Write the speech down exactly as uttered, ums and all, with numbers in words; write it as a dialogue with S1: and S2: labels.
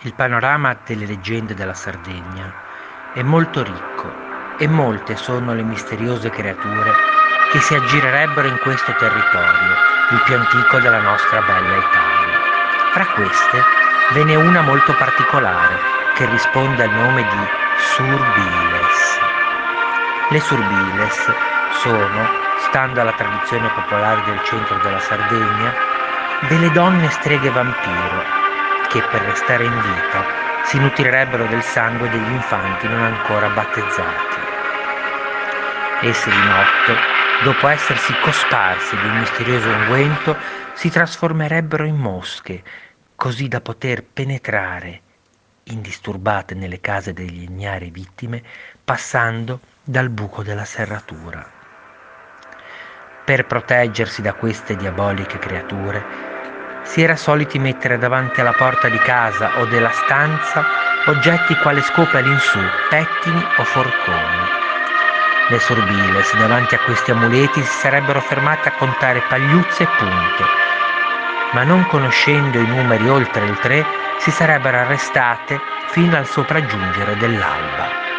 S1: Il panorama delle leggende della Sardegna è molto ricco e molte sono le misteriose creature che si aggirerebbero in questo territorio, il più antico della nostra bella Italia. Fra queste ve n'è una molto particolare che risponde al nome di Surbiles. Le Surbiles sono, stando alla tradizione popolare del centro della Sardegna, delle donne streghe vampiro che per restare in vita si nutrirebbero del sangue degli infanti non ancora battezzati. Esse di notte, dopo essersi cosparsi di un misterioso unguento, si trasformerebbero in mosche, così da poter penetrare indisturbate nelle case degli ignare vittime, passando dal buco della serratura. Per proteggersi da queste diaboliche creature, si era soliti mettere davanti alla porta di casa o della stanza oggetti quale scope all'insù, pettini o forconi. Le Surbiles, davanti a questi amuleti, si sarebbero fermate a contare pagliuzze e punte, ma non conoscendo i numeri oltre il tre, si sarebbero arrestate fino al sopraggiungere dell'alba.